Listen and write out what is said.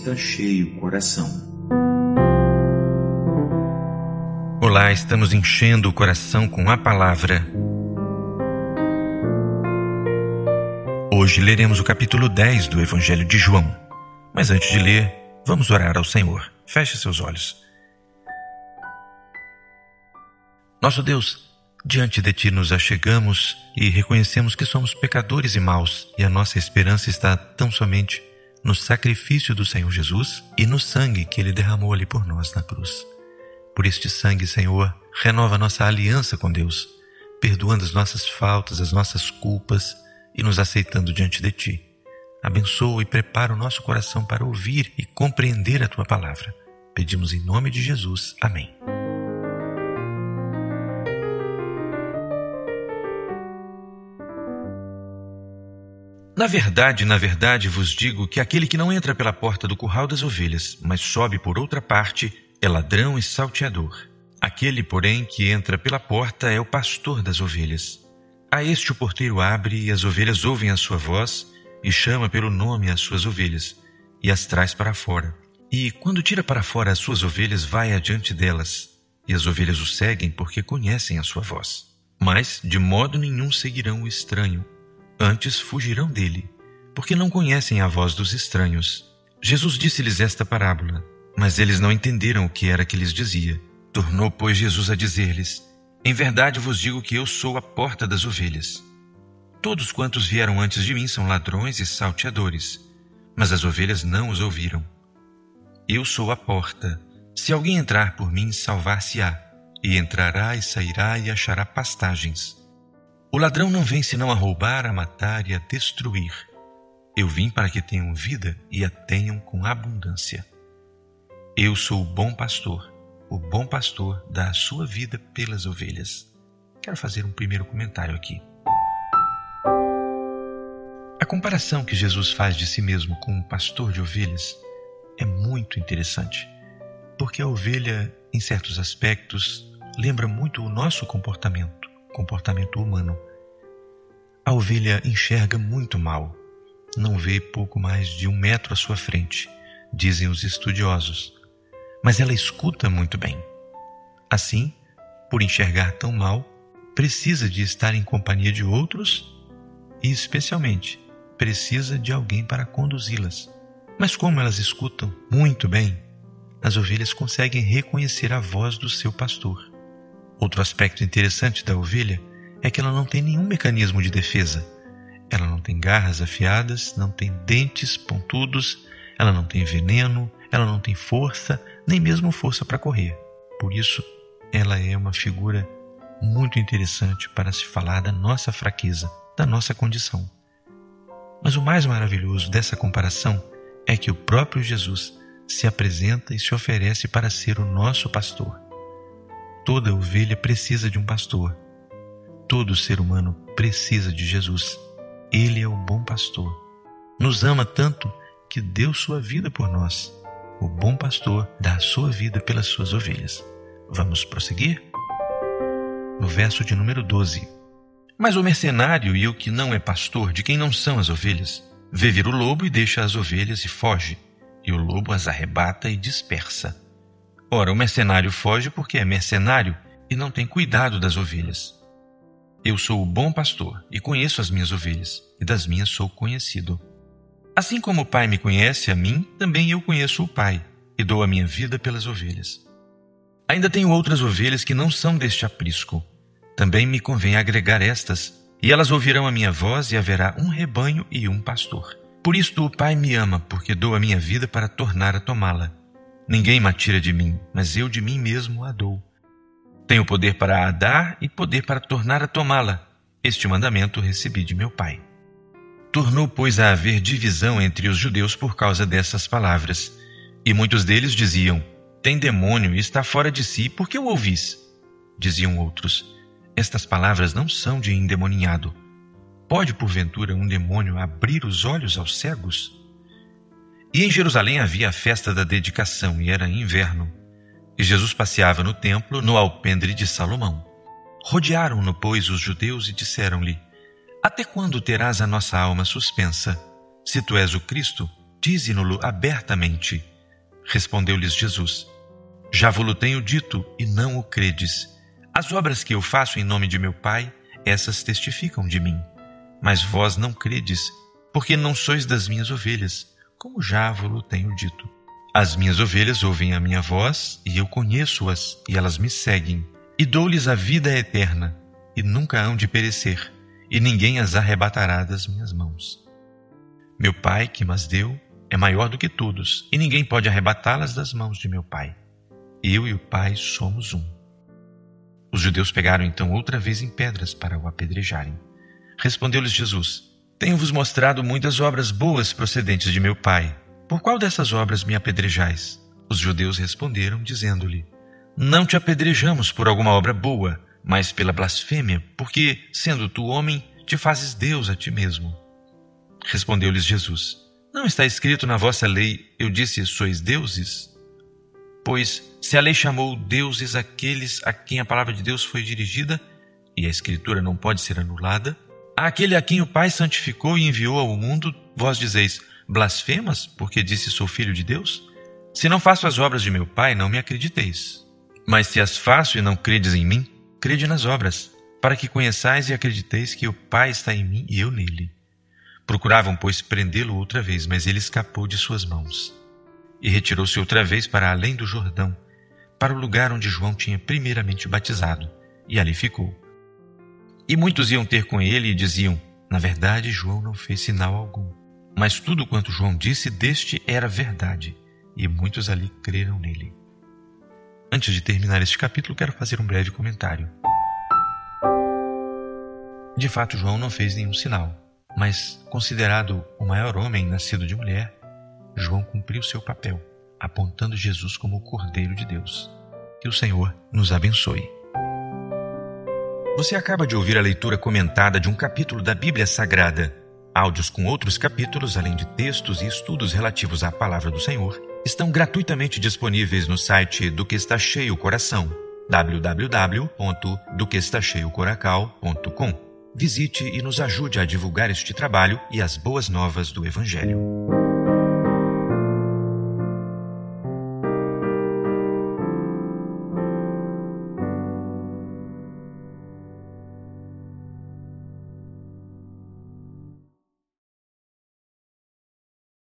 sinta cheio o coração. Olá, estamos enchendo o coração com a palavra. Hoje leremos o capítulo 10 do Evangelho de João. Mas antes de ler, vamos orar ao Senhor. Feche seus olhos. Nosso Deus, diante de Ti nos achegamos e reconhecemos que somos pecadores e maus, e a nossa esperança está tão somente no sacrifício do Senhor Jesus e no sangue que Ele derramou ali por nós na cruz. Por este sangue, Senhor, renova a nossa aliança com Deus, perdoando as nossas faltas, as nossas culpas e nos aceitando diante de Ti. Abençoa e prepara o nosso coração para ouvir e compreender a Tua palavra. Pedimos em nome de Jesus. Amém. Na verdade vos digo que aquele que não entra pela porta do curral das ovelhas, mas sobe por outra parte, é ladrão e salteador. Aquele, porém, que entra pela porta é o pastor das ovelhas. A este o porteiro abre e as ovelhas ouvem a sua voz e chama pelo nome as suas ovelhas e as traz para fora. E quando tira para fora as suas ovelhas, vai adiante delas, e as ovelhas o seguem porque conhecem a sua voz. Mas de modo nenhum seguirão o estranho, antes fugirão dele, porque não conhecem a voz dos estranhos. Jesus disse-lhes esta parábola, mas eles não entenderam o que era que lhes dizia. Tornou, pois, Jesus a dizer-lhes: Em verdade vos digo que eu sou a porta das ovelhas. Todos quantos vieram antes de mim são ladrões e salteadores, mas as ovelhas não os ouviram. Eu sou a porta. Se alguém entrar por mim, salvar-se-á, e entrará e sairá e achará pastagens. O ladrão não vem senão a roubar, a matar e a destruir. Eu vim para que tenham vida e a tenham com abundância. Eu sou o bom pastor. O bom pastor dá a sua vida pelas ovelhas. Quero fazer um primeiro comentário aqui. A comparação que Jesus faz de si mesmo com um pastor de ovelhas é muito interessante, porque a ovelha, em certos aspectos, lembra muito o nosso comportamento humano. A ovelha enxerga muito mal, não vê pouco mais de 1 metro à sua frente, dizem os estudiosos, mas ela escuta muito bem. Assim, por enxergar tão mal, precisa de estar em companhia de outros e, especialmente, precisa de alguém para conduzi-las. Mas como elas escutam muito bem, as ovelhas conseguem reconhecer a voz do seu pastor. Outro aspecto interessante da ovelha é que ela não tem nenhum mecanismo de defesa. Ela não tem garras afiadas, não tem dentes pontudos, ela não tem veneno, ela não tem força, nem mesmo força para correr. Por isso, ela é uma figura muito interessante para se falar da nossa fraqueza, da nossa condição. Mas o mais maravilhoso dessa comparação é que o próprio Jesus se apresenta e se oferece para ser o nosso pastor. Toda ovelha precisa de um pastor. Todo ser humano precisa de Jesus. Ele é o bom pastor. Nos ama tanto que deu sua vida por nós. O bom pastor dá a sua vida pelas suas ovelhas. Vamos prosseguir? No verso de número 12. Mas o mercenário e o que não é pastor, de quem não são as ovelhas, vê vir o lobo e deixa as ovelhas e foge, e o lobo as arrebata e dispersa. Ora, o mercenário foge porque é mercenário e não tem cuidado das ovelhas. Eu sou o bom pastor e conheço as minhas ovelhas, e das minhas sou conhecido. Assim como o Pai me conhece a mim, também eu conheço o Pai, e dou a minha vida pelas ovelhas. Ainda tenho outras ovelhas que não são deste aprisco. Também me convém agregar estas, e elas ouvirão a minha voz, e haverá um rebanho e um pastor. Por isto o Pai me ama, porque dou a minha vida para tornar a tomá-la. Ninguém me tira de mim, mas eu de mim mesmo a dou. Tenho poder para a dar e poder para tornar a tomá-la. Este mandamento recebi de meu Pai. Tornou, pois, a haver divisão entre os judeus por causa dessas palavras. E muitos deles diziam: Tem demônio e está fora de si, por que o ouvis? Diziam outros: Estas palavras não são de endemoninhado. Pode, porventura, um demônio abrir os olhos aos cegos? E em Jerusalém havia a festa da dedicação, e era inverno. E Jesus passeava no templo, no alpendre de Salomão. Rodearam-no, pois, os judeus e disseram-lhe: Até quando terás a nossa alma suspensa? Se tu és o Cristo, dize-no-lo abertamente. Respondeu-lhes Jesus: Já vos-lo tenho dito, e não o credes. As obras que eu faço em nome de meu Pai, essas testificam de mim. Mas vós não credes, porque não sois das minhas ovelhas, como já vos-lo tenho dito. As minhas ovelhas ouvem a minha voz, e eu conheço-as, e elas me seguem. E dou-lhes a vida eterna, e nunca hão de perecer, e ninguém as arrebatará das minhas mãos. Meu Pai, que mas deu, é maior do que todos, e ninguém pode arrebatá-las das mãos de meu Pai. Eu e o Pai somos um. Os judeus pegaram então outra vez em pedras para o apedrejarem. Respondeu-lhes Jesus: Tenho-vos mostrado muitas obras boas procedentes de meu Pai. Por qual dessas obras me apedrejais? Os judeus responderam, dizendo-lhe: Não te apedrejamos por alguma obra boa, mas pela blasfêmia, porque, sendo tu homem, te fazes Deus a ti mesmo. Respondeu-lhes Jesus: Não está escrito na vossa lei, eu disse, sois deuses? Pois, se a lei chamou deuses aqueles a quem a palavra de Deus foi dirigida, e a Escritura não pode ser anulada, àquele a quem o Pai santificou e enviou ao mundo, vós dizeis: Blasfemas, porque disse sou filho de Deus? Se não faço as obras de meu Pai, não me acrediteis. Mas se as faço e não credes em mim, crede nas obras, para que conheçais e acrediteis que o Pai está em mim e eu nele. Procuravam, pois, prendê-lo outra vez, mas ele escapou de suas mãos. E retirou-se outra vez para além do Jordão, para o lugar onde João tinha primeiramente batizado, e ali ficou. E muitos iam ter com ele e diziam: Na verdade, João não fez sinal algum. Mas tudo quanto João disse deste era verdade, e muitos ali creram nele. Antes de terminar este capítulo, quero fazer um breve comentário. De fato, João não fez nenhum sinal, mas, considerado o maior homem nascido de mulher, João cumpriu seu papel, apontando Jesus como o Cordeiro de Deus. Que o Senhor nos abençoe. Você acaba de ouvir a leitura comentada de um capítulo da Bíblia Sagrada. Áudios com outros capítulos, além de textos e estudos relativos à Palavra do Senhor, estão gratuitamente disponíveis no site Do Que Está Cheio o Coração, www.doquestacheiocoracal.com. Visite e nos ajude a divulgar este trabalho e as boas novas do Evangelho.